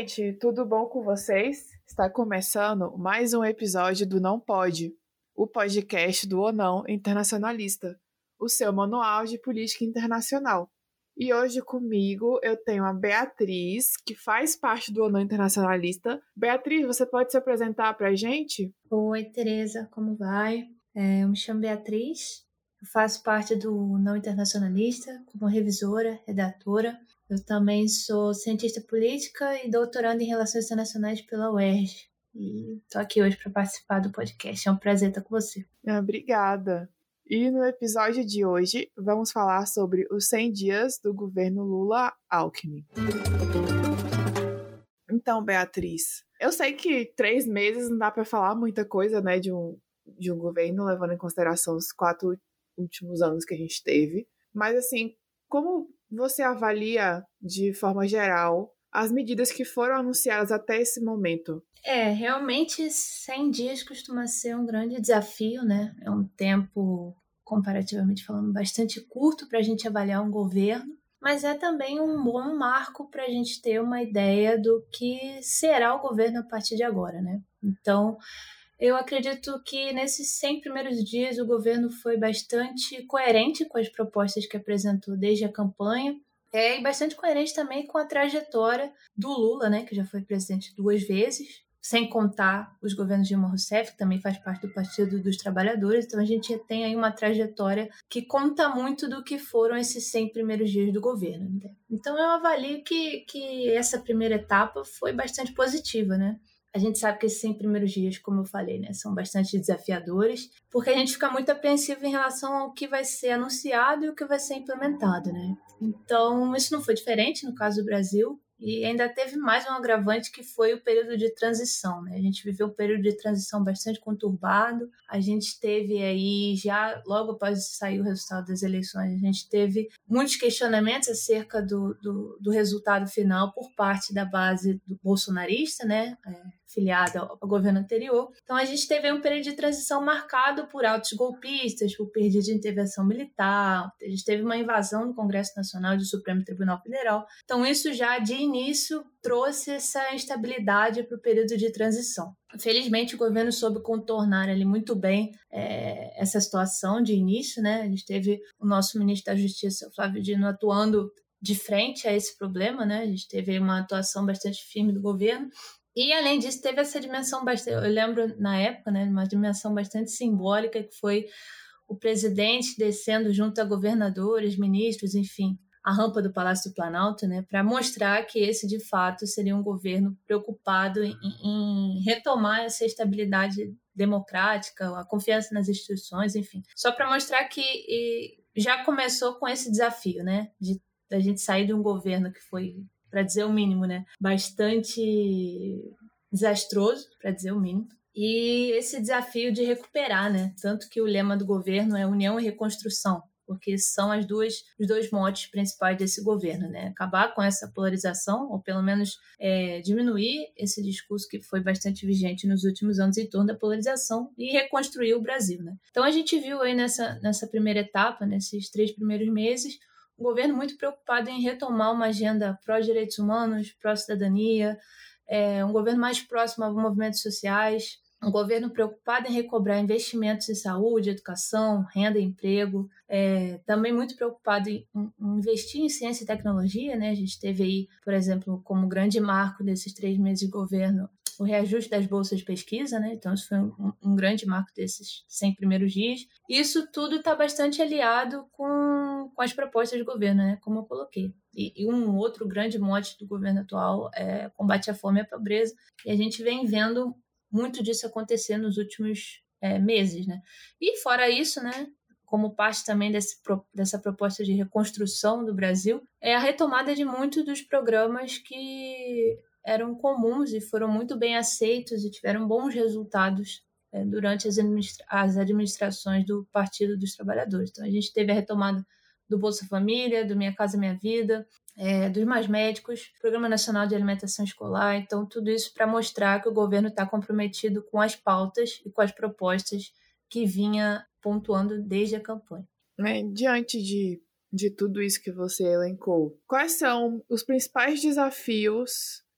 gente, tudo bom com vocês? Está começando mais um episódio do Não Pode, o podcast do Ou Não Internacionalista, o seu manual de política internacional. E hoje comigo eu tenho a Beatriz, que faz parte do Ou Não Internacionalista. Beatriz, você pode se apresentar para a gente? Oi, Tereza, como vai? Eu me chamo Beatriz, eu faço parte do Não Internacionalista como revisora, redatora. Eu também sou cientista política e doutoranda em Relações Internacionais pela UERJ. E estou aqui hoje para participar do podcast. É um prazer estar com você. Obrigada. E no episódio de hoje vamos falar sobre os 100 dias do governo Lula-Alckmin. Então, Beatriz, eu sei que 3 meses não dá para falar muita coisa, né, de um governo, levando em consideração os 4 últimos anos que a gente teve. Mas, assim, como você avalia, de forma geral, as medidas que foram anunciadas até esse momento? Realmente 100 dias costuma ser um grande desafio, né? É um tempo, comparativamente falando, bastante curto para a gente avaliar um governo, mas é também um bom marco para a gente ter uma ideia do que será o governo a partir de agora, né? Então, eu acredito que nesses 100 primeiros dias o governo foi bastante coerente com as propostas que apresentou desde a campanha, e bastante coerente também com a trajetória do Lula, né, que já foi presidente 2 vezes, sem contar os governos de Dilma Rousseff, que também faz parte do Partido dos Trabalhadores. Então a gente tem aí uma trajetória que conta muito do que foram esses 100 primeiros dias do governo. Então eu avalio que essa primeira etapa foi bastante positiva, né? A gente sabe que esses 100 primeiros dias, como eu falei, né, são bastante desafiadores, porque a gente fica muito apreensivo em relação ao que vai ser anunciado e o que vai ser implementado, né? Então, isso não foi diferente no caso do Brasil. E ainda teve mais um agravante, que foi o período de transição, né? A gente viveu um período de transição bastante conturbado. A gente teve aí, já logo após sair o resultado das eleições, a gente teve muitos questionamentos acerca do resultado final por parte da base do bolsonarista, né? Filiada ao governo anterior. Então a gente teve um período de transição marcado por atos golpistas, por pedido de intervenção militar, a gente teve uma invasão do Congresso Nacional e do Supremo Tribunal Federal. Então isso já de início trouxe essa instabilidade para o período de transição. Felizmente o governo soube contornar ali muito bem essa situação de início, né? A gente teve o nosso ministro da Justiça, o Flávio Dino, atuando de frente a esse problema, né? A gente teve uma atuação bastante firme do governo. E, além disso, teve essa dimensão bastante... Eu lembro, na época, né, uma dimensão bastante simbólica, que foi o presidente descendo junto a governadores, ministros, enfim, a rampa do Palácio do Planalto, né, para mostrar que esse, de fato, seria um governo preocupado em retomar essa estabilidade democrática, a confiança nas instituições, enfim. Só para mostrar que já começou com esse desafio, né, da gente sair de um governo que foi, para dizer o mínimo, né, bastante desastroso, para dizer o mínimo, e esse desafio de recuperar, né, tanto que o lema do governo é União e Reconstrução, porque são os dois motes principais desse governo, né, acabar com essa polarização, ou pelo menos diminuir esse discurso que foi bastante vigente nos últimos anos em torno da polarização, e reconstruir o Brasil, né. Então a gente viu aí nessa primeira etapa, nesses 3 primeiros meses, um governo muito preocupado em retomar uma agenda pró-direitos humanos, pró-cidadania, um governo mais próximo a movimentos sociais, um governo preocupado em recobrar investimentos em saúde, educação, renda e emprego, também muito preocupado em investir em ciência e tecnologia, né? A gente teve aí, por exemplo, como grande marco desses 3 meses de governo, o reajuste das bolsas de pesquisa, né? Então isso foi um grande marco desses 100 primeiros dias. Isso tudo está bastante aliado com as propostas do governo, né? Como eu coloquei. E um outro grande mote do governo atual é combate à fome e à pobreza. E a gente vem vendo muito disso acontecer nos últimos meses, né? E fora isso, né, como parte também dessa proposta de reconstrução do Brasil, é a retomada de muitos dos programas que eram comuns e foram muito bem aceitos e tiveram bons resultados durante as administrações do Partido dos Trabalhadores. Então a gente teve a retomada do Bolsa Família, do Minha Casa Minha Vida, dos Mais Médicos, Programa Nacional de Alimentação Escolar. Então, tudo isso para mostrar que o governo está comprometido com as pautas e com as propostas que vinha pontuando desde a campanha. Diante de tudo isso que você elencou, quais são os principais desafios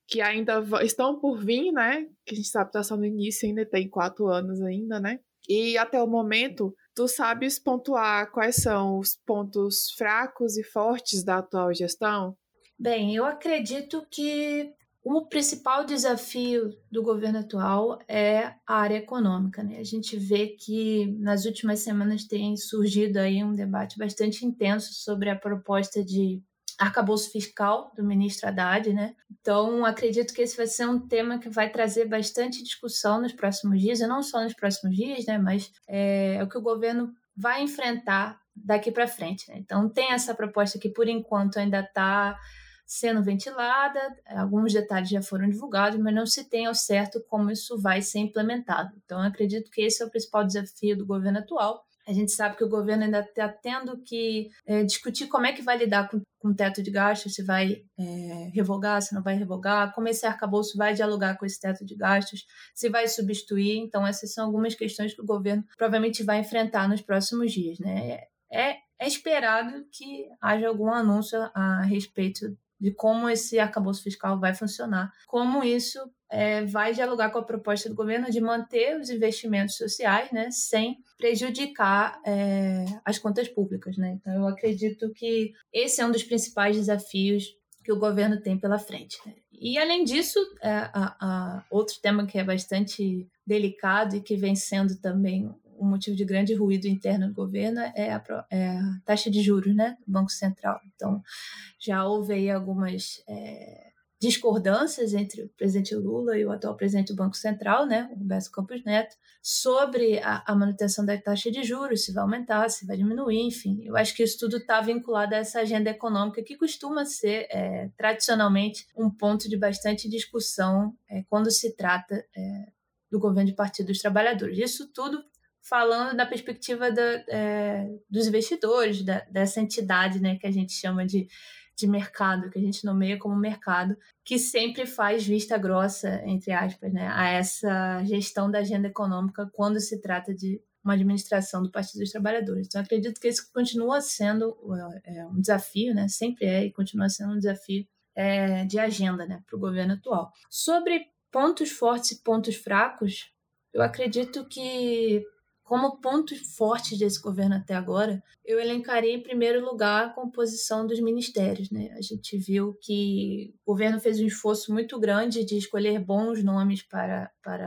que ainda estão por vir, né? Que a gente sabe que está só no início, ainda tem 4 anos ainda, né? E até o momento, tu sabes pontuar quais são os pontos fracos e fortes da atual gestão? Bem, eu acredito que o principal desafio do governo atual é a área econômica, né? A gente vê que nas últimas semanas tem surgido aí um debate bastante intenso sobre a proposta de arcabouço fiscal do ministro Haddad, né? Então, acredito que esse vai ser um tema que vai trazer bastante discussão nos próximos dias, e não só nos próximos dias, né? Mas é o que o governo vai enfrentar daqui para frente, né? Então, tem essa proposta que, por enquanto, ainda está sendo ventilada, alguns detalhes já foram divulgados, mas não se tem ao certo como isso vai ser implementado. Então, eu acredito que esse é o principal desafio do governo atual. A gente sabe que o governo ainda está tendo que discutir como é que vai lidar com o teto de gastos, se vai revogar, se não vai revogar, como esse arcabouço vai dialogar com esse teto de gastos, se vai substituir. Então, essas são algumas questões que o governo provavelmente vai enfrentar nos próximos dias, né? É esperado que haja algum anúncio a respeito de como esse arcabouço fiscal vai funcionar, como isso vai dialogar com a proposta do governo de manter os investimentos sociais, né, sem prejudicar as contas públicas, né? Então, eu acredito que esse é um dos principais desafios que o governo tem pela frente, né? E, além disso, outro tema que é bastante delicado e que vem sendo também um motivo de grande ruído interno do governo é a taxa de juros, né, do Banco Central. Então, já houve aí algumas discordâncias entre o presidente Lula e o atual presidente do Banco Central, né, o Roberto Campos Neto, sobre a manutenção da taxa de juros, se vai aumentar, se vai diminuir, enfim. Eu acho que isso tudo está vinculado a essa agenda econômica que costuma ser, tradicionalmente, um ponto de bastante discussão quando se trata do governo de Partido dos Trabalhadores. Isso tudo falando da perspectiva dos investidores, dessa entidade, né, que a gente chama de mercado, que a gente nomeia como mercado, que sempre faz vista grossa, entre aspas, né, a essa gestão da agenda econômica quando se trata de uma administração do Partido dos Trabalhadores. Então, acredito que isso continua sendo um desafio, né, sempre é e continua sendo um desafio de agenda, né, para o governo atual. Sobre pontos fortes e pontos fracos, eu acredito que, como pontos fortes desse governo até agora, eu elencaria em primeiro lugar a composição dos ministérios, né? A gente viu que o governo fez um esforço muito grande de escolher bons nomes para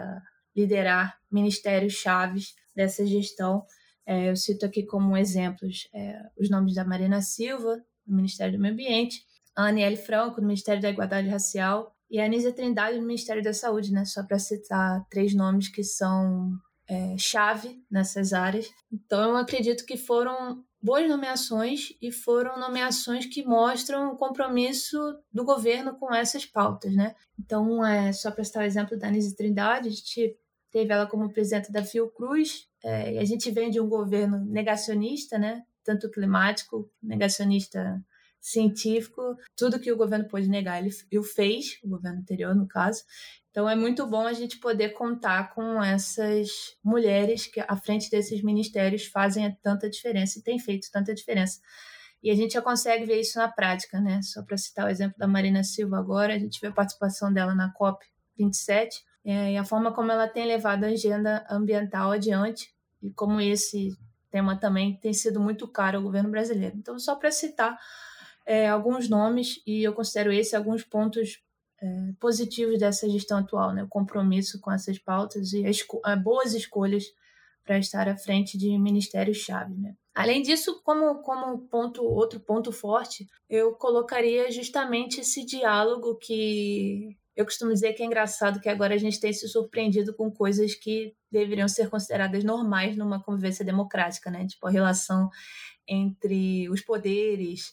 liderar ministérios chaves dessa gestão. Eu cito aqui como exemplos os nomes da Marina Silva, do Ministério do Meio Ambiente, a Aniele Franco, do Ministério da Igualdade Racial, e a Anísia Trindade, do Ministério da Saúde, né? Só para citar 3 nomes que são chave nessas áreas. Então, eu acredito que foram boas nomeações e foram nomeações que mostram o compromisso do governo com essas pautas, né? Então, só para citar o exemplo da Anísia Trindade, a gente teve ela como presidenta da Fiocruz, e a gente vem de um governo negacionista, né? Tanto climático, negacionista científico, tudo que o governo pôde negar, ele o fez, o governo anterior, no caso. Então, é muito bom a gente poder contar com essas mulheres que, à frente desses ministérios, fazem tanta diferença e têm feito tanta diferença. E a gente já consegue ver isso na prática, né? Só para citar o exemplo da Marina Silva agora, a gente vê a participação dela na COP27 e a forma como ela tem levado a agenda ambiental adiante e como esse tema também tem sido muito caro ao governo brasileiro. Então, só para citar alguns nomes, e eu considero alguns pontos positivos dessa gestão atual, né? O compromisso com essas pautas e boas escolhas para estar à frente de ministérios-chave, né? Além disso, como outro ponto forte, eu colocaria justamente esse diálogo que eu costumo dizer que é engraçado, que agora a gente tem se surpreendido com coisas que deveriam ser consideradas normais numa convivência democrática, né? Tipo, a relação entre os poderes,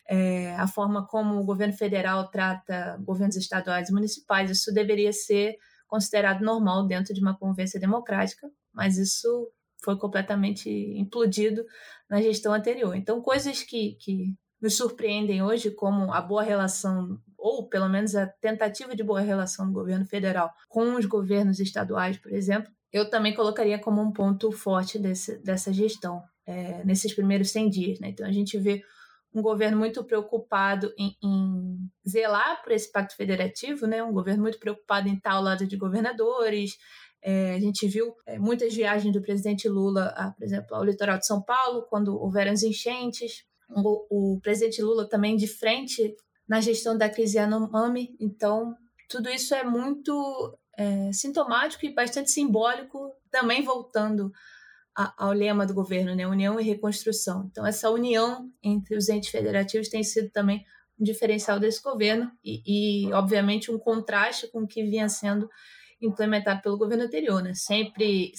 a forma como o governo federal trata governos estaduais e municipais. Isso deveria ser considerado normal dentro de uma convivência democrática, mas isso foi completamente implodido na gestão anterior. Então, coisas que nos surpreendem hoje, como a boa relação, ou pelo menos a tentativa de boa relação do governo federal com os governos estaduais, por exemplo, eu também colocaria como um ponto forte dessa gestão, nesses primeiros 100 dias. Né? Então, a gente vê um governo muito preocupado em zelar por esse pacto federativo, né? Um governo muito preocupado em estar ao lado de governadores. A gente viu muitas viagens do presidente Lula, por exemplo, ao litoral de São Paulo, quando houveram as enchentes. O presidente Lula também de frente na gestão da crise Yanomami. Então, tudo isso é muito sintomático e bastante simbólico, também voltando ao lema do governo, né? União e reconstrução. Então, essa união entre os entes federativos tem sido também um diferencial desse governo e obviamente, um contraste com o que vinha sendo implementado pelo governo anterior, né? Sempre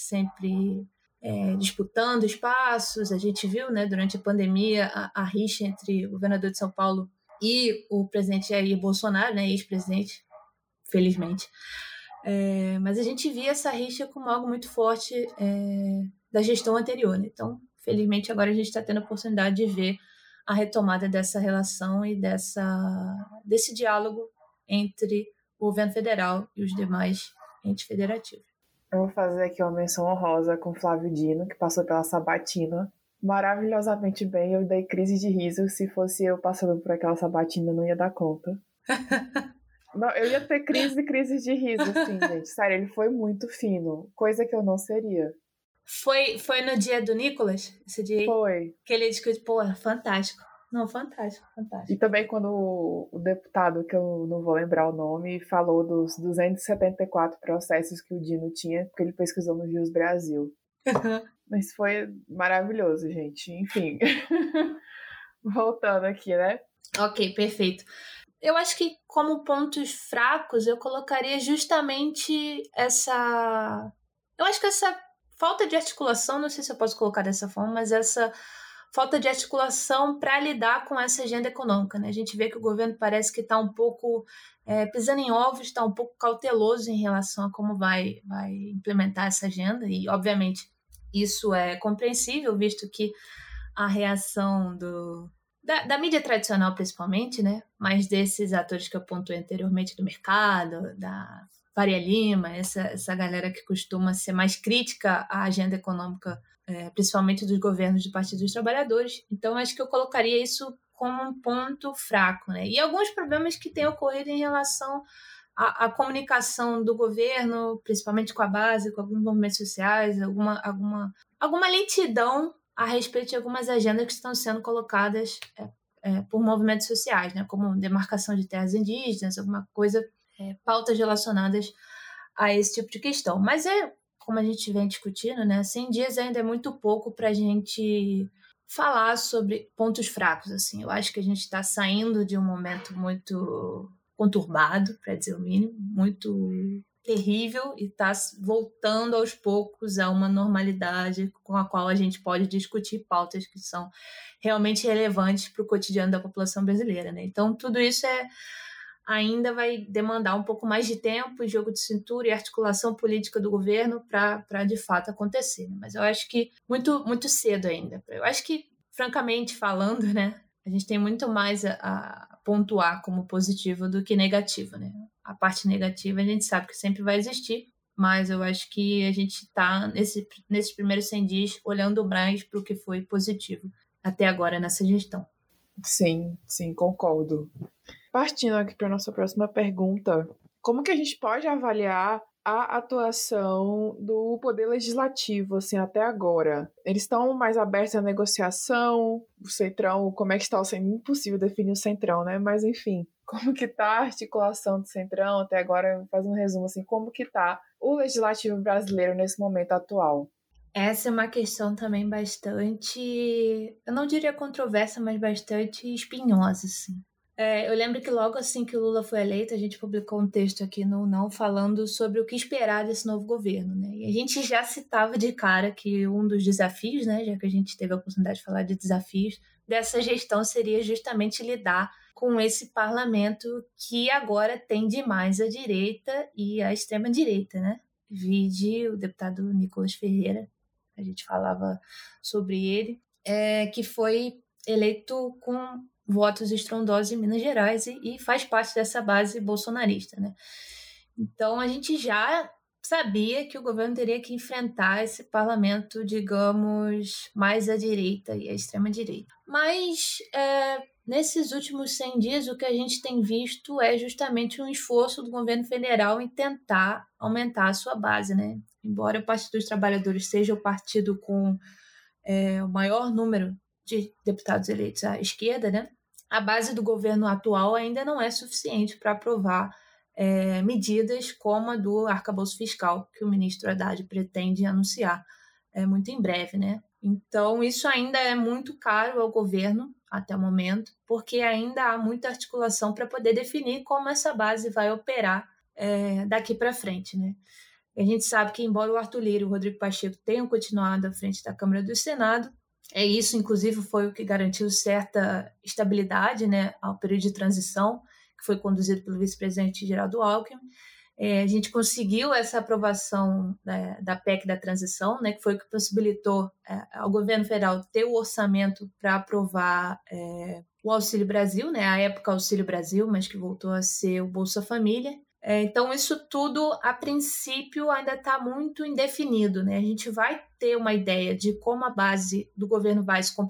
disputando espaços. A gente viu, né, durante a pandemia, a rixa entre o governador de São Paulo e o presidente Jair Bolsonaro, né, ex-presidente, felizmente. Mas a gente via essa rixa como algo muito forte da gestão anterior, né? Então, felizmente, agora a gente está tendo a oportunidade de ver a retomada dessa relação e desse diálogo entre o governo federal e os demais entes federativos. Eu vou fazer aqui uma menção honrosa com Flávio Dino, que passou pela sabatina maravilhosamente bem. Eu dei crise de riso. Se fosse eu passando por aquela sabatina, eu não ia dar conta. Não, eu ia ter crise de riso, assim, gente. Sério, ele foi muito fino. Coisa que eu não seria. Foi no dia do Nicolas? Esse dia aí? Foi. Que ele discutiu, pô, fantástico. Não, fantástico. E também quando o deputado, que eu não vou lembrar o nome, falou dos 274 processos que o Dino tinha, porque ele pesquisou no Rios Brasil. Mas foi maravilhoso, gente. Enfim. Voltando aqui, né? Ok, perfeito. Eu acho que como pontos fracos, eu colocaria justamente essa... Eu acho que essa falta de articulação, não sei se eu posso colocar dessa forma, mas essa falta de articulação para lidar com essa agenda econômica, né? A gente vê que o governo parece que está um pouco pisando em ovos, está um pouco cauteloso em relação a como vai implementar essa agenda, e obviamente isso é compreensível, visto que a reação da mídia tradicional principalmente, né? Mas desses atores que eu pontuei anteriormente do mercado, da Faria Lima, essa galera que costuma ser mais crítica à agenda econômica, principalmente dos governos do Partido dos Trabalhadores. Então, acho que eu colocaria isso como um ponto fraco, né? E alguns problemas que têm ocorrido em relação à comunicação do governo, principalmente com a base, com alguns movimentos sociais, alguma lentidão a respeito de algumas agendas que estão sendo colocadas por movimentos sociais, né? Como demarcação de terras indígenas, alguma coisa, pautas relacionadas a esse tipo de questão. Mas como a gente vem discutindo, né? 100 dias ainda é muito pouco para a gente falar sobre pontos fracos, assim. Eu acho que a gente está saindo de um momento muito conturbado, para dizer o mínimo, muito terrível, e está voltando aos poucos a uma normalidade com a qual a gente pode discutir pautas que são realmente relevantes para o cotidiano da população brasileira, né? Então, tudo isso ainda vai demandar um pouco mais de tempo, jogo de cintura e articulação política do governo para de fato acontecer. Mas eu acho que muito, muito cedo ainda. Eu acho que, francamente falando, né, a gente tem muito mais a pontuar como positivo do que negativo, né? A parte negativa a gente sabe que sempre vai existir, mas eu acho que a gente está, nesses primeiros 100 dias, olhando mais para o que foi positivo até agora nessa gestão. Sim, concordo. Partindo aqui para a nossa próxima pergunta, como que a gente pode avaliar a atuação do Poder Legislativo, assim, até agora? Eles estão mais abertos à negociação? O Centrão, como é que está? É impossível definir o Centrão, né? Mas, enfim, como que está a articulação do Centrão até agora? Faz um resumo, assim, como que está o Legislativo brasileiro nesse momento atual? Essa é uma questão também bastante, eu não diria controversa, mas bastante espinhosa, assim. Eu lembro que logo assim que o Lula foi eleito, a gente publicou um texto aqui no Não falando sobre o que esperar desse novo governo, né? E a gente já citava de cara que um dos desafios, né, já que a gente teve a oportunidade de falar de desafios, dessa gestão seria justamente lidar com esse parlamento que agora tende mais à direita e à extrema-direita, né? Vide o deputado Nicolas Ferreira, a gente falava sobre ele, que foi eleito com votos estrondosos em Minas Gerais e faz parte dessa base bolsonarista, né? Então, a gente já sabia que o governo teria que enfrentar esse parlamento, digamos, mais à direita e à extrema-direita. Mas nesses últimos 100 dias, o que a gente tem visto é justamente um esforço do governo federal em tentar aumentar a sua base, né? Embora o Partido dos Trabalhadores seja o partido com o maior número de deputados eleitos à esquerda, né? A base do governo atual ainda não é suficiente para aprovar medidas como a do arcabouço fiscal, que o ministro Haddad pretende anunciar muito em breve, né? Então, isso ainda é muito caro ao governo até o momento, porque ainda há muita articulação para poder definir como essa base vai operar daqui para frente, né? A gente sabe que, embora o Arthur Lira e o Rodrigo Pacheco tenham continuado à frente da Câmara e do Senado, isso, inclusive, foi o que garantiu certa estabilidade, né, ao período de transição, que foi conduzido pelo vice-presidente Geraldo Alckmin. A gente conseguiu essa aprovação da PEC da transição, né, que foi o que possibilitou ao governo federal ter o orçamento para aprovar o Auxílio Brasil, né, à época Auxílio Brasil, mas que voltou a ser o Bolsa Família. Então, isso tudo, a princípio, ainda está muito indefinido, né? A gente vai ter uma ideia de como a base do governo vai se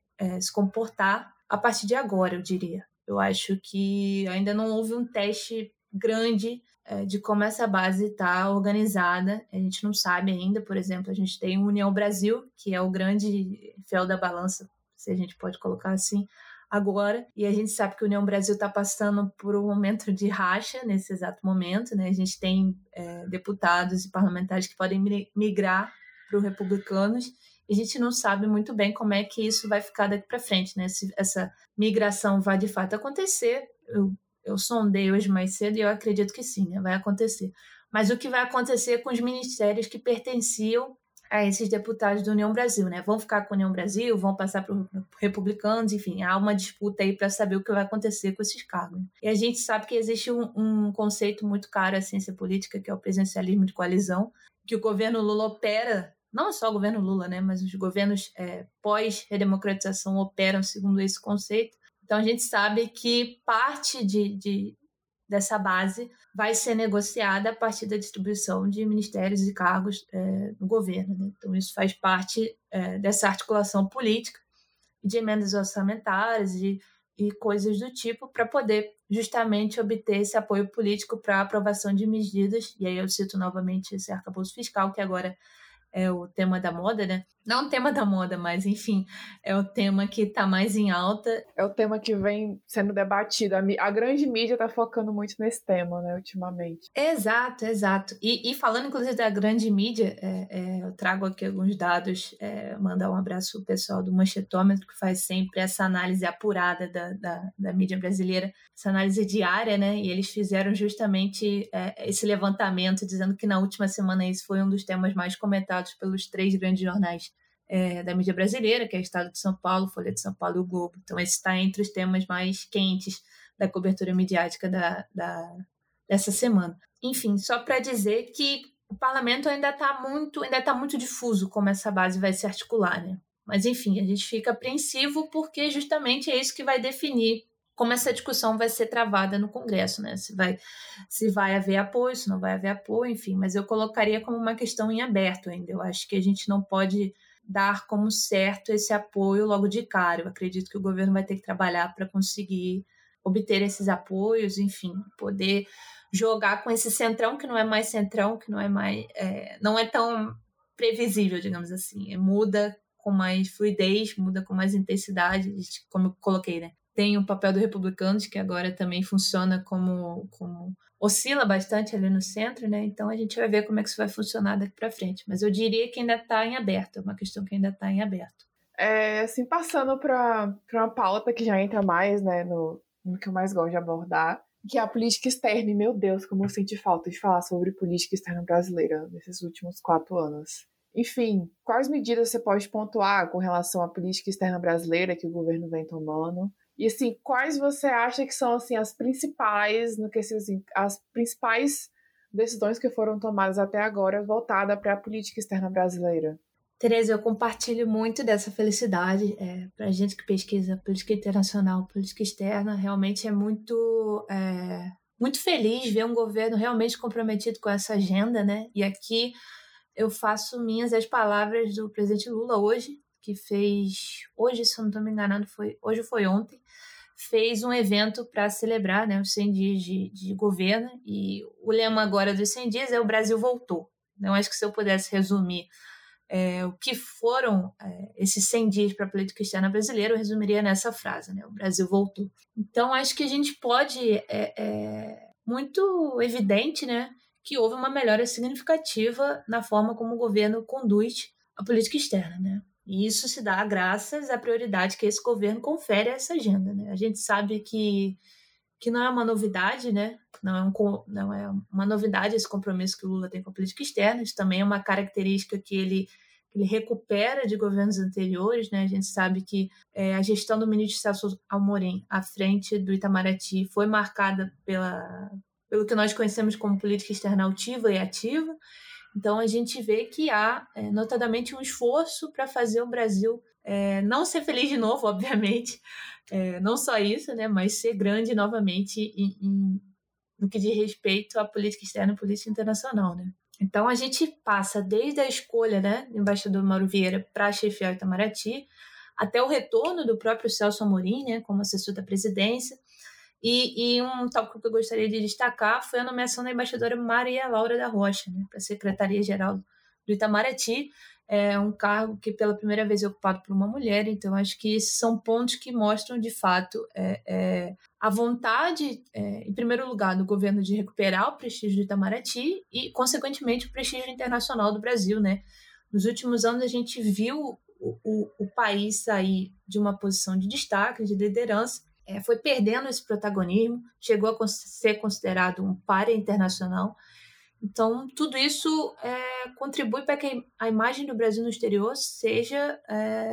comportar a partir de agora, eu diria. Eu acho que ainda não houve um teste grande de como essa base está organizada. A gente não sabe ainda, por exemplo, a gente tem o União Brasil, que é o grande fiel da balança, se a gente pode colocar assim, agora, e a gente sabe que a União Brasil está passando por um momento de racha nesse exato momento, né? A gente tem deputados e parlamentares que podem migrar para os republicanos, e a gente não sabe muito bem como é que isso vai ficar daqui para frente, né? Se essa migração vai de fato acontecer, eu sondei hoje mais cedo e eu acredito que sim, né? Vai acontecer. Mas o que vai acontecer com os ministérios que pertenciam a esses deputados da União Brasil, né? Vão ficar com a União Brasil, vão passar para os republicanos, enfim, há uma disputa aí para saber o que vai acontecer com esses cargos. E a gente sabe que existe um conceito muito caro à ciência política, que é o presidencialismo de coalizão, que o governo Lula opera, não só o governo Lula, né, mas os governos pós-redemocratização operam segundo esse conceito. Então a gente sabe que parte dessa base vai ser negociada a partir da distribuição de ministérios e cargos no governo, né? Então, isso faz parte dessa articulação política, de emendas orçamentárias e coisas do tipo, para poder justamente obter esse apoio político para a aprovação de medidas. E aí eu cito novamente esse arcabouço fiscal, que agora é o tema da moda, né? Não o tema da moda, mas, enfim, é o tema que está mais em alta. É o tema que vem sendo debatido. A grande mídia está focando muito nesse tema, né, ultimamente. Exato, exato. E falando, inclusive, da grande mídia, eu trago aqui alguns dados, mandar um abraço ao pessoal do Manchetômetro, que faz sempre essa análise apurada da mídia brasileira, essa análise diária, né? E eles fizeram justamente esse levantamento, dizendo que na última semana esse foi um dos temas mais comentados pelos 3 grandes jornais da mídia brasileira, que é o Estado de São Paulo, Folha de São Paulo e o Globo. Então, esse está entre os temas mais quentes da cobertura midiática dessa semana. Enfim, só para dizer que o parlamento ainda está muito difuso como essa base vai se articular, né? Mas, enfim, a gente fica apreensivo porque justamente é isso que vai definir como essa discussão vai ser travada no Congresso, né? Se vai haver apoio, se não vai haver apoio, enfim. Mas eu colocaria como uma questão em aberto ainda. Eu acho que a gente não pode dar como certo esse apoio logo de cara. Eu acredito que o governo vai ter que trabalhar para conseguir obter esses apoios, enfim, poder jogar com esse centrão que não é mais centrão, que não é tão previsível, digamos assim. Muda com mais fluidez, muda com mais intensidade, como eu coloquei, né? Tem o papel do Republicanos, que agora também funciona como oscila bastante ali no centro, né? Então a gente vai ver como é que isso vai funcionar daqui para frente. Mas eu diria que ainda está em aberto, é uma questão que ainda está em aberto. Assim, passando para uma pauta que já entra mais, né, no que eu mais gosto de abordar, que é a política externa. E, meu Deus, como eu senti falta de falar sobre política externa brasileira nesses últimos 4 anos. Enfim, quais medidas você pode pontuar com relação à política externa brasileira que o governo vem tomando? E, assim, quais você acha que são, assim, as principais decisões que foram tomadas até agora voltada para a política externa brasileira? Tereza, eu compartilho muito dessa felicidade. Para a gente que pesquisa política internacional, política externa, realmente é muito muito feliz ver um governo realmente comprometido com essa agenda, né? E aqui eu faço minhas as palavras do presidente Lula hoje, que fez, hoje, se eu não estou me enganando, hoje foi ontem, fez um evento para celebrar, né, os 100 dias de governo, e o lema agora dos 100 dias é "O Brasil voltou". Então, acho que se eu pudesse resumir o que foram esses 100 dias para a política externa brasileira, eu resumiria nessa frase, né? O Brasil voltou. Então, acho que a gente pode... muito evidente, né, que houve uma melhora significativa na forma como o governo conduz a política externa, né? E isso se dá graças à prioridade que esse governo confere a essa agenda, né? A gente sabe que não é uma novidade, né? Não é uma novidade esse compromisso que o Lula tem com a política externa. Isso também é uma característica que ele recupera de governos anteriores, né? A gente sabe que a gestão do ministro Celso Amorim à frente do Itamaraty foi marcada pelo que nós conhecemos como política externa altiva e ativa. Então, a gente vê que há, notadamente, um esforço para fazer o Brasil não ser feliz de novo, obviamente, não só isso, né, mas ser grande novamente no que diz respeito à política externa e política internacional, né? Então, a gente passa desde a escolha, né, do embaixador Mauro Vieira para chefiar o Itamaraty, até o retorno do próprio Celso Amorim, né, como assessor da presidência. E um tópico que eu gostaria de destacar foi a nomeação da embaixadora Maria Laura da Rocha, né, para a Secretaria-Geral do Itamaraty, um cargo que pela primeira vez é ocupado por uma mulher. Então, acho que esses são pontos que mostram, de fato, a vontade, em primeiro lugar, do governo de recuperar o prestígio do Itamaraty e, consequentemente, o prestígio internacional do Brasil, né? Nos últimos anos, a gente viu o país sair de uma posição de destaque, de liderança, foi perdendo esse protagonismo, chegou a ser considerado um pária internacional. Então, tudo isso contribui para que a imagem do Brasil no exterior seja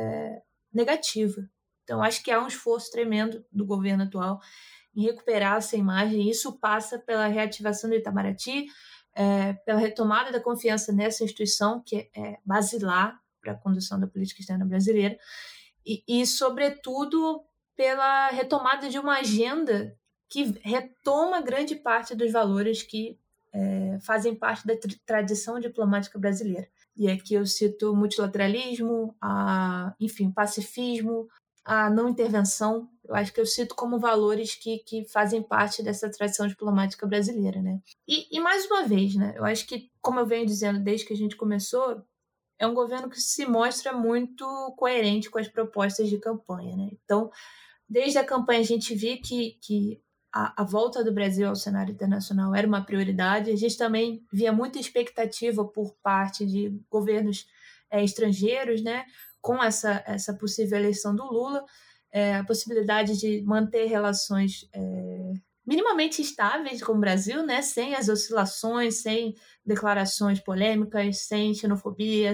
negativa. Então, acho que há um esforço tremendo do governo atual em recuperar essa imagem, e isso passa pela reativação do Itamaraty, pela retomada da confiança nessa instituição, que é basilar para a condução da política externa brasileira, e sobretudo, pela retomada de uma agenda que retoma grande parte dos valores que fazem parte da tradição diplomática brasileira. E aqui eu cito o multilateralismo, enfim, pacifismo, a não intervenção. Eu acho que eu cito como valores que fazem parte dessa tradição diplomática brasileira, né? E mais uma vez, né? Eu acho que, como eu venho dizendo desde que a gente começou, é um governo que se mostra muito coerente com as propostas de campanha, né? Então, desde a campanha a gente viu que a volta do Brasil ao cenário internacional era uma prioridade. A gente também via muita expectativa por parte de governos estrangeiros, né, com essa possível eleição do Lula, a possibilidade de manter relações minimamente estáveis com o Brasil, né, sem as oscilações, sem declarações polêmicas, sem xenofobia,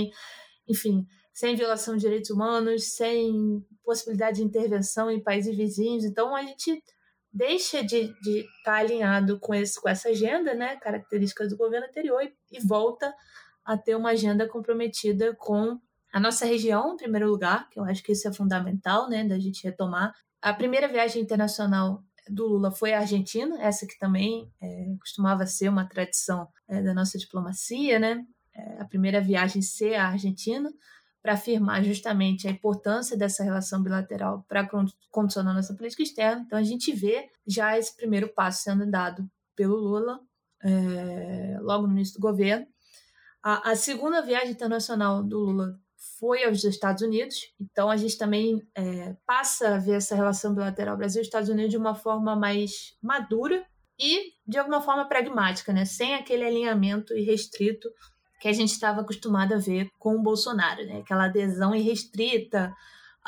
enfim, sem violação de direitos humanos, sem possibilidade de intervenção em países vizinhos. Então, a gente deixa de estar alinhado com essa agenda, né, características do governo anterior, e volta a ter uma agenda comprometida com a nossa região, em primeiro lugar, que eu acho que isso é fundamental, né, da gente retomar. A primeira viagem internacional do Lula foi à Argentina, essa que também costumava ser uma tradição da nossa diplomacia, né, a primeira viagem ser à Argentina, para afirmar justamente a importância dessa relação bilateral para condicionar nossa política externa. Então, a gente vê já esse primeiro passo sendo dado pelo Lula, logo no início do governo. A segunda viagem internacional do Lula foi aos Estados Unidos. Então, a gente também passa a ver essa relação bilateral Brasil-Estados Unidos de uma forma mais madura e, de alguma forma, pragmática, né? Sem aquele alinhamento irrestrito que a gente estava acostumado a ver com o Bolsonaro, né? Aquela adesão irrestrita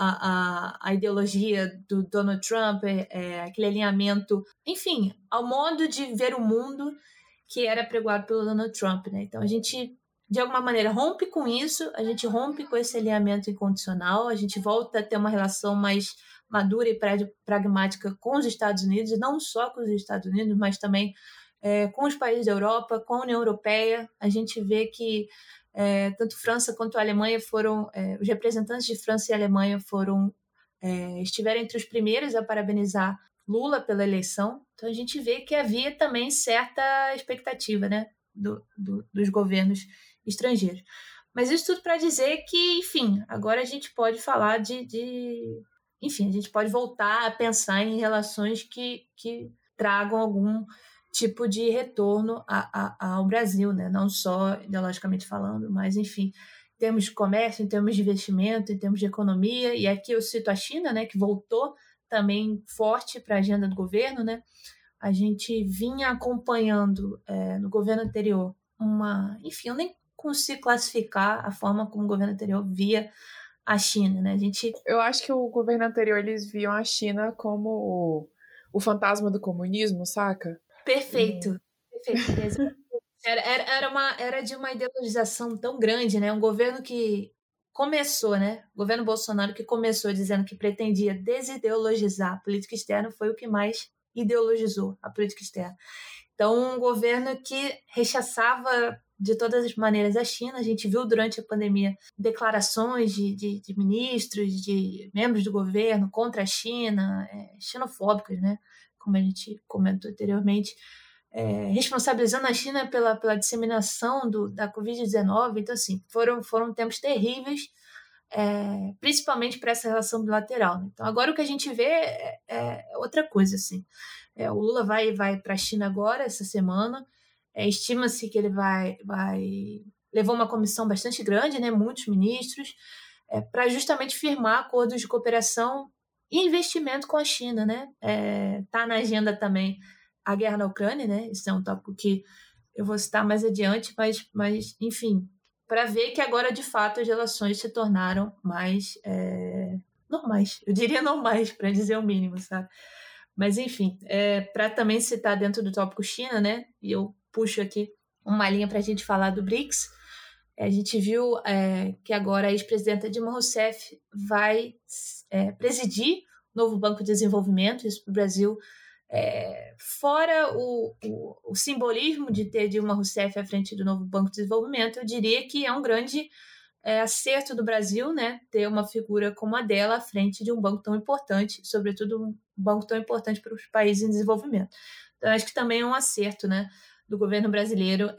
à ideologia do Donald Trump, aquele alinhamento, enfim, ao modo de ver o mundo que era pregoado pelo Donald Trump, né? Então, a gente, de alguma maneira, rompe com isso, a gente rompe com esse alinhamento incondicional, a gente volta a ter uma relação mais madura e pragmática com os Estados Unidos, e não só com os Estados Unidos, mas também com os países da Europa, com a União Europeia. A gente vê que tanto França quanto a Alemanha foram, os representantes de França e Alemanha estiveram entre os primeiros a parabenizar Lula pela eleição. Então a gente vê que havia também certa expectativa, né, dos governos estrangeiros. Mas isso tudo para dizer que, enfim, agora a gente pode falar enfim, a gente pode voltar a pensar em relações que tragam algum tipo de retorno ao Brasil, né? Não só ideologicamente falando, mas, enfim, em termos de comércio, em termos de investimento, em termos de economia. E aqui eu cito a China, né, que voltou também forte para a agenda do governo, né? A gente vinha acompanhando no governo anterior enfim, eu nem consigo classificar a forma como o governo anterior via a China, né? Eu acho que o governo anterior, eles viam a China como o fantasma do comunismo, saca? Perfeito. Perfeito. Era de uma ideologização tão grande, né? Um governo que começou, né? O governo Bolsonaro que começou dizendo que pretendia desideologizar a política externa foi o que mais ideologizou a política externa. Então, um governo que rechaçava de todas as maneiras a China. A gente viu durante a pandemia declarações de ministros, de membros do governo contra a China, xenofóbicas, né? Como a gente comentou anteriormente, responsabilizando a China pela disseminação da Covid-19. Então, assim, foram tempos terríveis, principalmente para essa relação bilateral, né? Então, agora o que a gente vê é outra coisa, assim. O Lula vai para a China agora, essa semana. Estima-se que ele levou uma comissão bastante grande, né, muitos ministros, para justamente firmar acordos de cooperação e investimento com a China, né? Tá na agenda também a guerra na Ucrânia, né? Isso é um tópico que eu vou citar mais adiante, mas enfim, para ver que agora de fato as relações se tornaram mais normais, eu diria normais, para dizer o mínimo, sabe? Mas, enfim, para também citar dentro do tópico China, né? E eu puxo aqui uma linha para a gente falar do BRICS. A gente viu que agora a ex-presidenta Dilma Rousseff vai presidir o novo Banco de Desenvolvimento, isso para o Brasil. Fora o simbolismo de ter Dilma Rousseff à frente do novo Banco de Desenvolvimento, eu diria que é um grande acerto do Brasil, né, ter uma figura como a dela à frente de um banco tão importante, sobretudo um banco tão importante para os países em desenvolvimento. Então, acho que também é um acerto, né, do governo brasileiro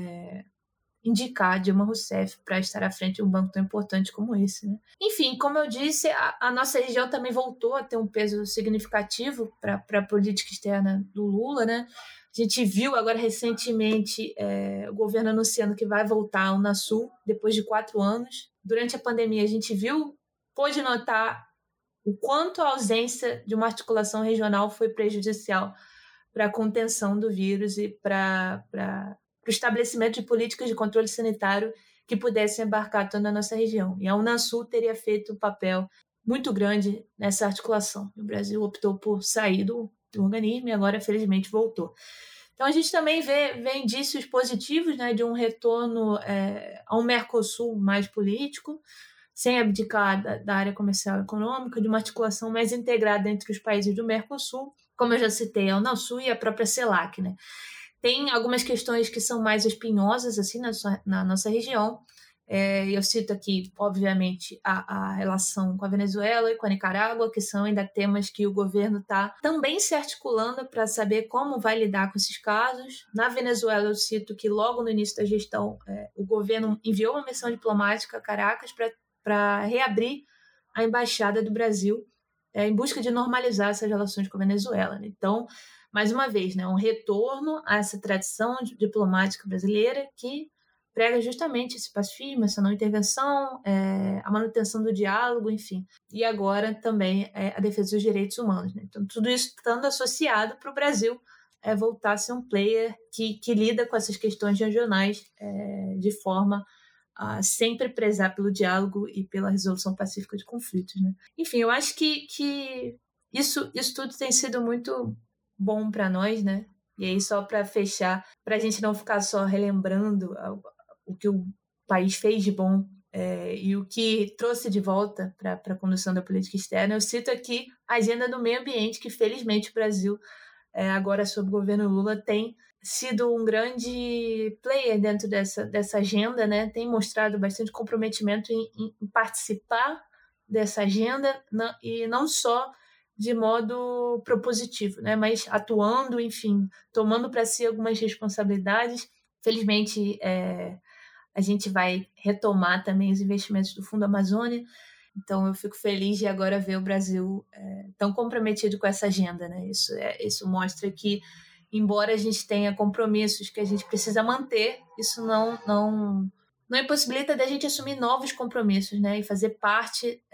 indicar Dilma Rousseff para estar à frente de um banco tão importante como esse, né? Enfim, como eu disse, a nossa região também voltou a ter um peso significativo para a política externa do Lula, né? A gente viu agora recentemente o governo anunciando que vai voltar ao Unasul depois de 4 anos. Durante a pandemia, a gente pôde notar o quanto a ausência de uma articulação regional foi prejudicial para a contenção do vírus e para o estabelecimento de políticas de controle sanitário que pudessem abarcar toda a nossa região. E a Unasul teria feito um papel muito grande nessa articulação. O Brasil optou por sair do organismo e agora, felizmente, voltou. Então, a gente também vê indícios positivos, né, de um retorno a um Mercosul mais político, sem abdicar da área comercial e econômica, de uma articulação mais integrada entre os países do Mercosul, como eu já citei, a Unasul e a própria CELAC, né? Tem algumas questões que são mais espinhosas assim, na nossa região. Eu cito aqui, obviamente, a relação com a Venezuela e com a Nicarágua, que são ainda temas que o governo está também se articulando para saber como vai lidar com esses casos. Na Venezuela, eu cito que logo no início da gestão, o governo enviou uma missão diplomática a Caracas para reabrir a embaixada do Brasil em busca de normalizar essas relações com a Venezuela. Então, mais uma vez, né, um retorno a essa tradição diplomática brasileira que prega justamente esse pacifismo, essa não intervenção, a manutenção do diálogo, enfim. E agora também a defesa dos direitos humanos, né? Então, tudo isso estando associado para o Brasil voltar a ser um player que lida com essas questões regionais de forma a sempre prezar pelo diálogo e pela resolução pacífica de conflitos, né? Enfim, eu acho que isso tudo tem sido muito bom para nós, né? E aí, só para fechar, para a gente não ficar só relembrando o que o país fez de bom e o que trouxe de volta para a condução da política externa, eu cito aqui a agenda do meio ambiente, que felizmente o Brasil, agora sob o governo Lula, tem sido um grande player dentro dessa agenda, né? Tem mostrado bastante comprometimento em participar dessa agenda, e não só de modo propositivo, né? Mas atuando, enfim, tomando para si algumas responsabilidades. Felizmente, a gente vai retomar também os investimentos do Fundo Amazônia. Então, eu fico feliz de agora ver o Brasil tão comprometido com essa agenda, né? Isso mostra que, embora a gente tenha compromissos que a gente precisa manter, isso não impossibilita da gente assumir novos compromissos, né? E fazer parte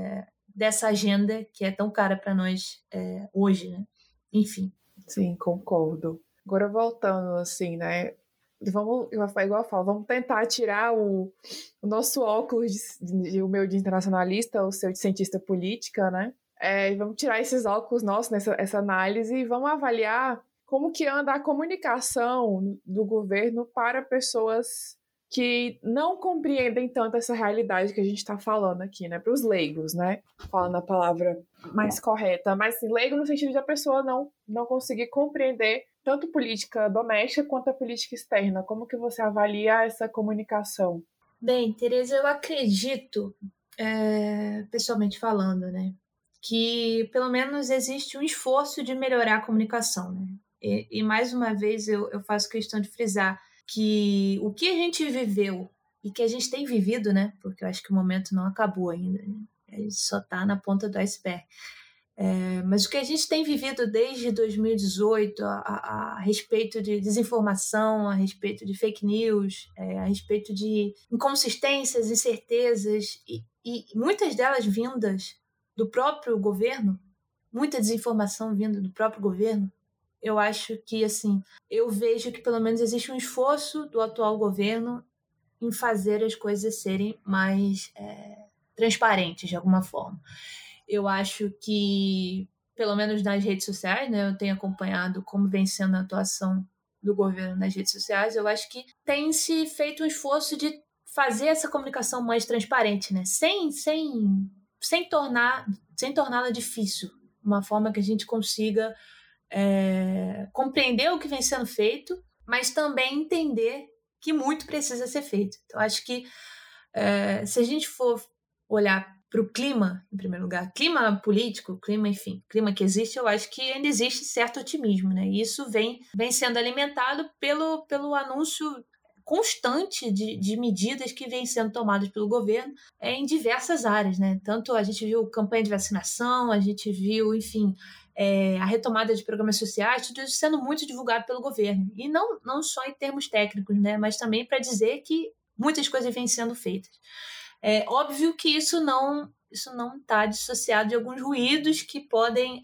dessa agenda que é tão cara para nós hoje, né? Enfim. Sim, concordo. Agora voltando, assim, né? Vamos, igual eu falo, vamos tentar tirar o nosso óculos, o meu de internacionalista, o seu de cientista política, né? E vamos tirar esses óculos nossos nessa análise e vamos avaliar como que anda a comunicação do governo para pessoas que não compreendem tanto essa realidade que a gente está falando aqui, né? Para os leigos, né? Falando a palavra mais correta, mas assim, leigo no sentido de a pessoa não conseguir compreender tanto política doméstica quanto a política externa. Como que você avalia essa comunicação? Bem, Tereza, eu acredito, pessoalmente falando, né, que pelo menos existe um esforço de melhorar a comunicação, né? E mais uma vez eu faço questão de frisar que o que a gente viveu e que a gente tem vivido, né, porque eu acho que o momento não acabou ainda, né? A gente só está na ponta do iceberg. Mas o que a gente tem vivido desde 2018 a respeito de desinformação, a respeito de fake news, a respeito de inconsistências, incertezas, e muitas delas vindas do próprio governo, muita desinformação vinda do próprio governo, eu acho que, assim, eu vejo que pelo menos existe um esforço do atual governo em fazer as coisas serem mais transparentes de alguma forma. Eu acho que, pelo menos nas redes sociais, né, eu tenho acompanhado como vem sendo a atuação do governo nas redes sociais, eu acho que tem se feito um esforço de fazer essa comunicação mais transparente, né, sem torná-la difícil, uma forma que a gente consiga compreender o que vem sendo feito, mas também entender que muito precisa ser feito. Então, acho que se a gente for olhar para o clima, em primeiro lugar, clima político, clima que existe, eu acho que ainda existe certo otimismo, né? E isso vem sendo alimentado pelo anúncio constante de medidas que vêm sendo tomadas pelo governo em diversas áreas, né? Tanto a gente viu campanha de vacinação, a gente viu, enfim, a retomada de programas sociais, tudo isso sendo muito divulgado pelo governo. E não só em termos técnicos, né? Mas também para dizer que muitas coisas vêm sendo feitas. É óbvio que isso não está dissociado de alguns ruídos que podem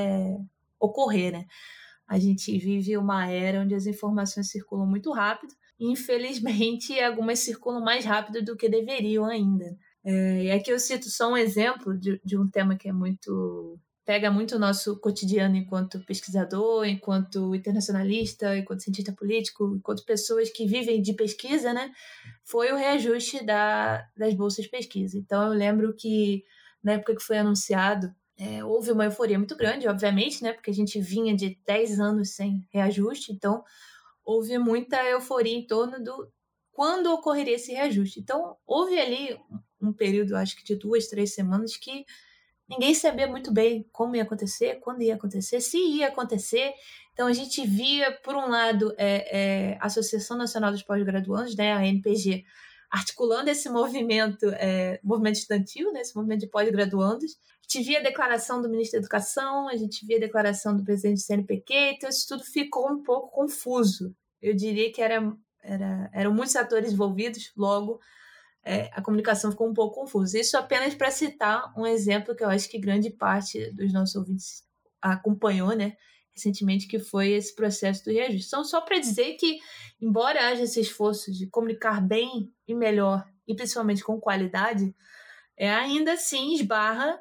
ocorrer, né? A gente vive uma era onde as informações circulam muito rápido e, infelizmente, algumas circulam mais rápido do que deveriam ainda. E aqui eu cito só um exemplo de um tema que pega muito o nosso cotidiano enquanto pesquisador, enquanto internacionalista, enquanto cientista político, enquanto pessoas que vivem de pesquisa, né? Foi o reajuste das bolsas de pesquisa. Então, eu lembro que, na época que foi anunciado, houve uma euforia muito grande, obviamente, né? Porque a gente vinha de 10 anos sem reajuste, então houve muita euforia em torno do quando ocorreria esse reajuste. Então, houve ali um período, acho que de 2, 3 semanas, que ninguém sabia muito bem como ia acontecer, quando ia acontecer, se ia acontecer. Então, a gente via, por um lado, a Associação Nacional dos Pós-Graduandos, né, a ANPG, articulando esse movimento estudantil, né, esse movimento de pós-graduandos. A gente via a declaração do ministro da Educação, a gente via a declaração do presidente do CNPq, então isso tudo ficou um pouco confuso. Eu diria que eram muitos atores envolvidos, logo a comunicação ficou um pouco confusa. Isso apenas para citar um exemplo que eu acho que grande parte dos nossos ouvintes acompanhou, né, recentemente, que foi esse processo do reajuste. Então, só para dizer que, embora haja esse esforço de comunicar bem e melhor, e principalmente com qualidade, ainda assim esbarra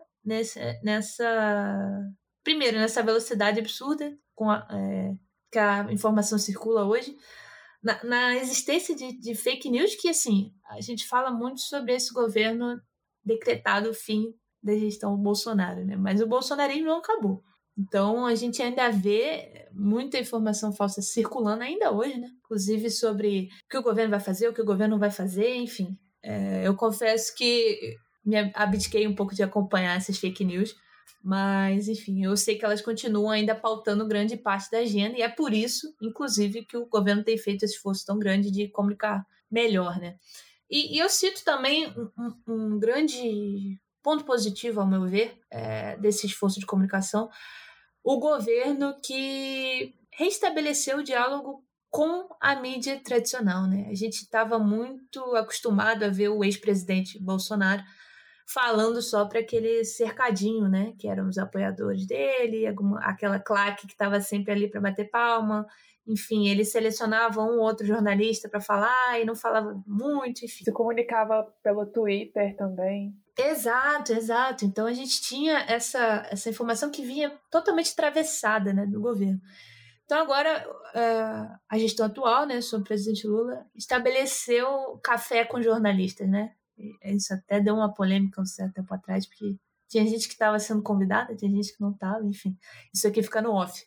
nessa velocidade absurda que a informação circula hoje, na existência de fake news, que, assim, a gente fala muito sobre esse governo decretado o fim da gestão Bolsonaro, né? Mas o bolsonarismo não acabou. Então, a gente ainda vê muita informação falsa circulando ainda hoje, né? Inclusive sobre o que o governo vai fazer, o que o governo não vai fazer, enfim. Eu confesso que me abdiquei um pouco de acompanhar essas fake news, Mas, enfim, eu sei que elas continuam ainda pautando grande parte da agenda, e é por isso, inclusive, que o governo tem feito esse esforço tão grande de comunicar melhor, né? E eu cito também um grande ponto positivo, ao meu ver, desse esforço de comunicação, o governo que restabeleceu o diálogo com a mídia tradicional, né? A gente estava muito acostumado a ver o ex-presidente Bolsonaro falando só para aquele cercadinho, né? Que eram os apoiadores dele, aquela claque que estava sempre ali para bater palma. Enfim, ele selecionava um ou outro jornalista para falar e não falava muito, enfim. Se comunicava pelo Twitter também. Exato. Então a gente tinha essa informação que vinha totalmente atravessada, né, do governo. Então agora a gestão atual, né, sob o presidente Lula, estabeleceu café com jornalistas, né? Isso até deu uma polêmica um certo tempo atrás, porque tinha gente que estava sendo convidada, tinha gente que não estava, enfim. Isso aqui fica no off.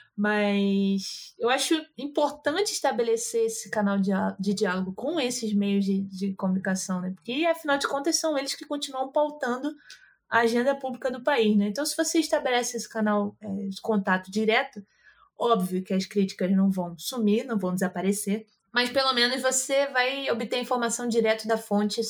Mas eu acho importante estabelecer esse canal de diálogo com esses meios de comunicação, né? Porque, afinal de contas, são eles que continuam pautando a agenda pública do país, né? Então, se você estabelece esse canal de contato direto, óbvio que as críticas não vão sumir, não vão desaparecer, mas pelo menos você vai obter informação direto da fonte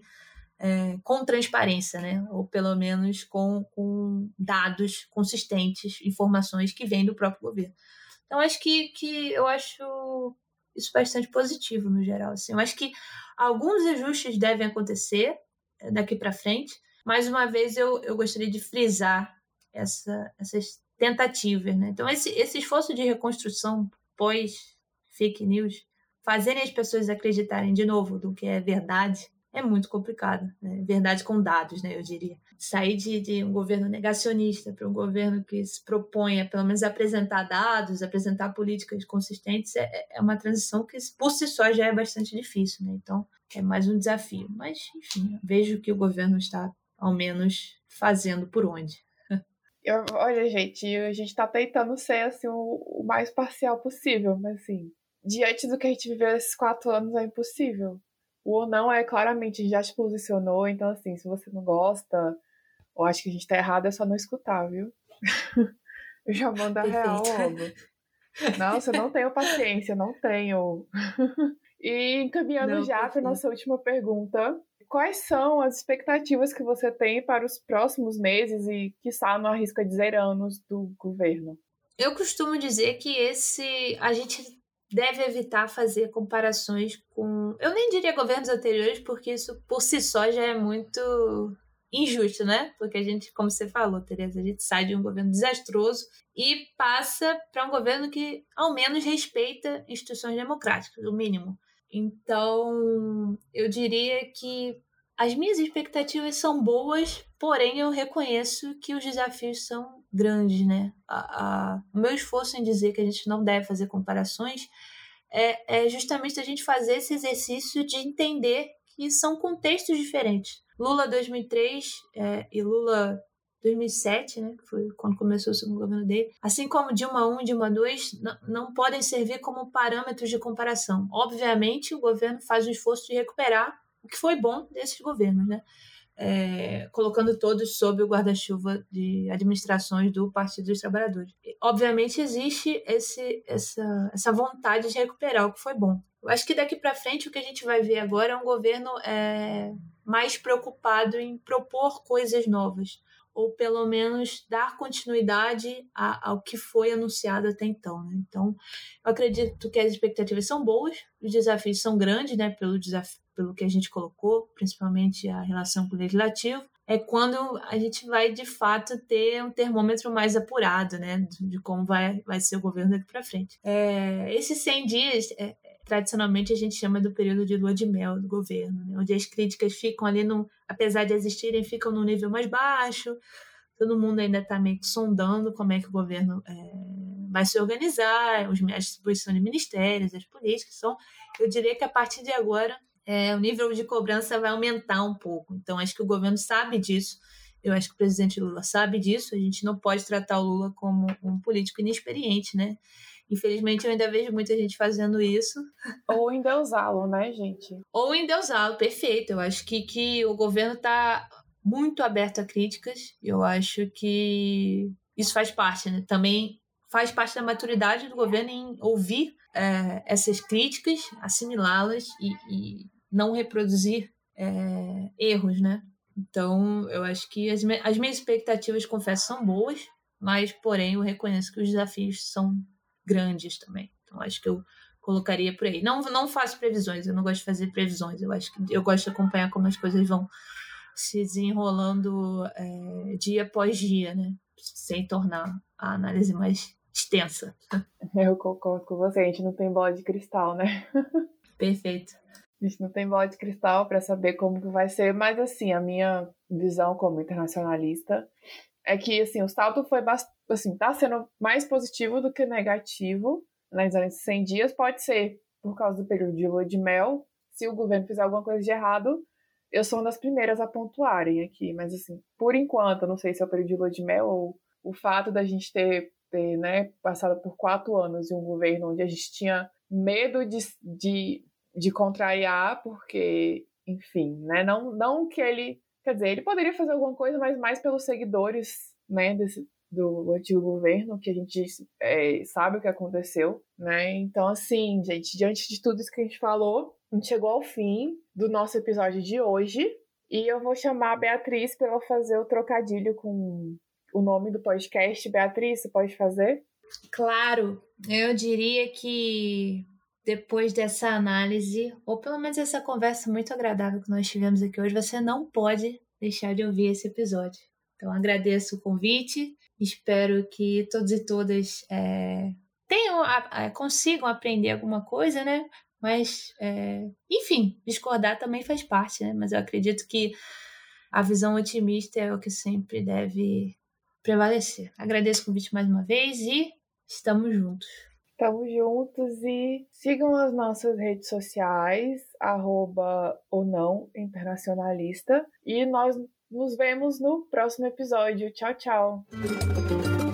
com transparência, né? Ou pelo menos com dados consistentes, informações que vêm do próprio governo. Então, acho que eu acho isso bastante positivo no geral. Assim. Eu acho que alguns ajustes devem acontecer daqui para frente. Mais uma vez, eu gostaria de frisar essas tentativas. Né? Então, esse esforço de reconstrução pós-fake news, fazerem as pessoas acreditarem de novo do que é verdade, é muito complicado, né? Verdade com dados, né, eu diria. Sair de um governo negacionista para um governo que se propõe a, pelo menos, apresentar dados, apresentar políticas consistentes, é uma transição que, por si só, já é bastante difícil, né? Então, é mais um desafio. Mas, enfim, vejo que o governo está, ao menos, fazendo por onde. Olha, gente, a gente tá tentando ser, assim, o mais parcial possível, mas, assim, diante do que a gente viveu esses 4 anos, é impossível. O ou não claramente, a gente já se posicionou, então, assim, se você não gosta ou acha que a gente tá errado, é só não escutar, viu? Eu já mando a real logo. Nossa, eu não tenho paciência, não tenho. E encaminhando Não, já para nossa última pergunta, quais são as expectativas que você tem para os próximos meses e, quiçá, não arrisca dizer anos do governo? Eu costumo dizer que a gente deve evitar fazer comparações com... Eu nem diria governos anteriores, porque isso por si só já é muito injusto, né? Porque a gente, como você falou, Tereza, a gente sai de um governo desastroso e passa para um governo que, ao menos, respeita instituições democráticas, o mínimo. Então, eu diria que as minhas expectativas são boas, porém eu reconheço que os desafios são grandes, né? O meu esforço em dizer que a gente não deve fazer comparações é justamente a gente fazer esse exercício de entender que são contextos diferentes. Lula 2003 e Lula 2007, né, que foi quando começou o segundo governo dele, assim como Dilma 1 e Dilma 2, não podem servir como parâmetros de comparação. Obviamente, o governo faz um esforço de recuperar o que foi bom desses governos, né? Colocando todos sob o guarda-chuva de administrações do Partido dos Trabalhadores. Obviamente, existe essa vontade de recuperar o que foi bom. Eu acho que daqui para frente o que a gente vai ver agora é um governo mais preocupado em propor coisas novas, ou pelo menos dar continuidade ao que foi anunciado até então. Né? Então, eu acredito que as expectativas são boas, os desafios são grandes, né, pelo que a gente colocou, principalmente a relação com o legislativo, é quando a gente vai, de fato, ter um termômetro mais apurado, né, de como vai ser o governo daqui para frente. Esses 100 dias, tradicionalmente, a gente chama do período de lua de mel do governo, né, onde as críticas ficam ali, apesar de existirem, ficam num nível mais baixo, todo mundo ainda está meio que sondando como é que o governo vai se organizar, a distribuição de ministérios, as políticas. Então, eu diria que a partir de agora, o nível de cobrança vai aumentar um pouco. Então, acho que o governo sabe disso. Eu acho que o presidente Lula sabe disso. A gente não pode tratar o Lula como um político inexperiente, né? Infelizmente, eu ainda vejo muita gente fazendo isso. Ou endeusá-lo, né, gente? Ou endeusá-lo, perfeito. Eu acho que o governo está muito aberto a críticas. Eu acho que isso faz parte, né? Também faz parte da maturidade do governo em ouvir essas críticas, assimilá-las e não reproduzir erros, né? Então, eu acho que as minhas expectativas, confesso, são boas, mas, porém, eu reconheço que os desafios são grandes também. Então, acho que eu colocaria por aí. Não faço previsões, eu não gosto de fazer previsões. Eu acho que eu gosto de acompanhar como as coisas vão se desenrolando dia após dia, né? Sem tornar a análise mais extensa. Eu concordo com você, a gente não tem bola de cristal, né? Perfeito. A gente não tem bola de cristal para saber como que vai ser, mas assim, a minha visão como internacionalista é que assim, o salto foi assim, tá sendo mais positivo do que negativo, nas 100 dias, pode ser por causa do período de lua de mel. Se o governo fizer alguma coisa de errado, eu sou uma das primeiras a pontuarem aqui, mas assim, por enquanto, eu não sei se é o período de lua de mel ou o fato da gente ter né, passado por 4 anos em um governo onde a gente tinha medo de contrariar, porque, enfim, né, não que ele, quer dizer, ele poderia fazer alguma coisa, mas mais pelos seguidores, né, do antigo governo, que a gente sabe o que aconteceu, né, então, assim, gente, diante de tudo isso que a gente falou, a gente chegou ao fim do nosso episódio de hoje, e eu vou chamar a Beatriz para ela fazer o trocadilho com o nome do podcast. Beatriz, você pode fazer? Claro, eu diria que depois dessa análise, ou pelo menos essa conversa muito agradável que nós tivemos aqui hoje, você não pode deixar de ouvir esse episódio. Então, agradeço o convite, espero que todos e todas consigam aprender alguma coisa, né? Mas, enfim, discordar também faz parte, né? Mas eu acredito que a visão otimista é o que sempre deve prevalecer. Agradeço o convite mais uma vez e estamos juntos. Estamos juntos e sigam as nossas redes sociais, @onãointernacionalista, e nós nos vemos no próximo episódio. Tchau, tchau!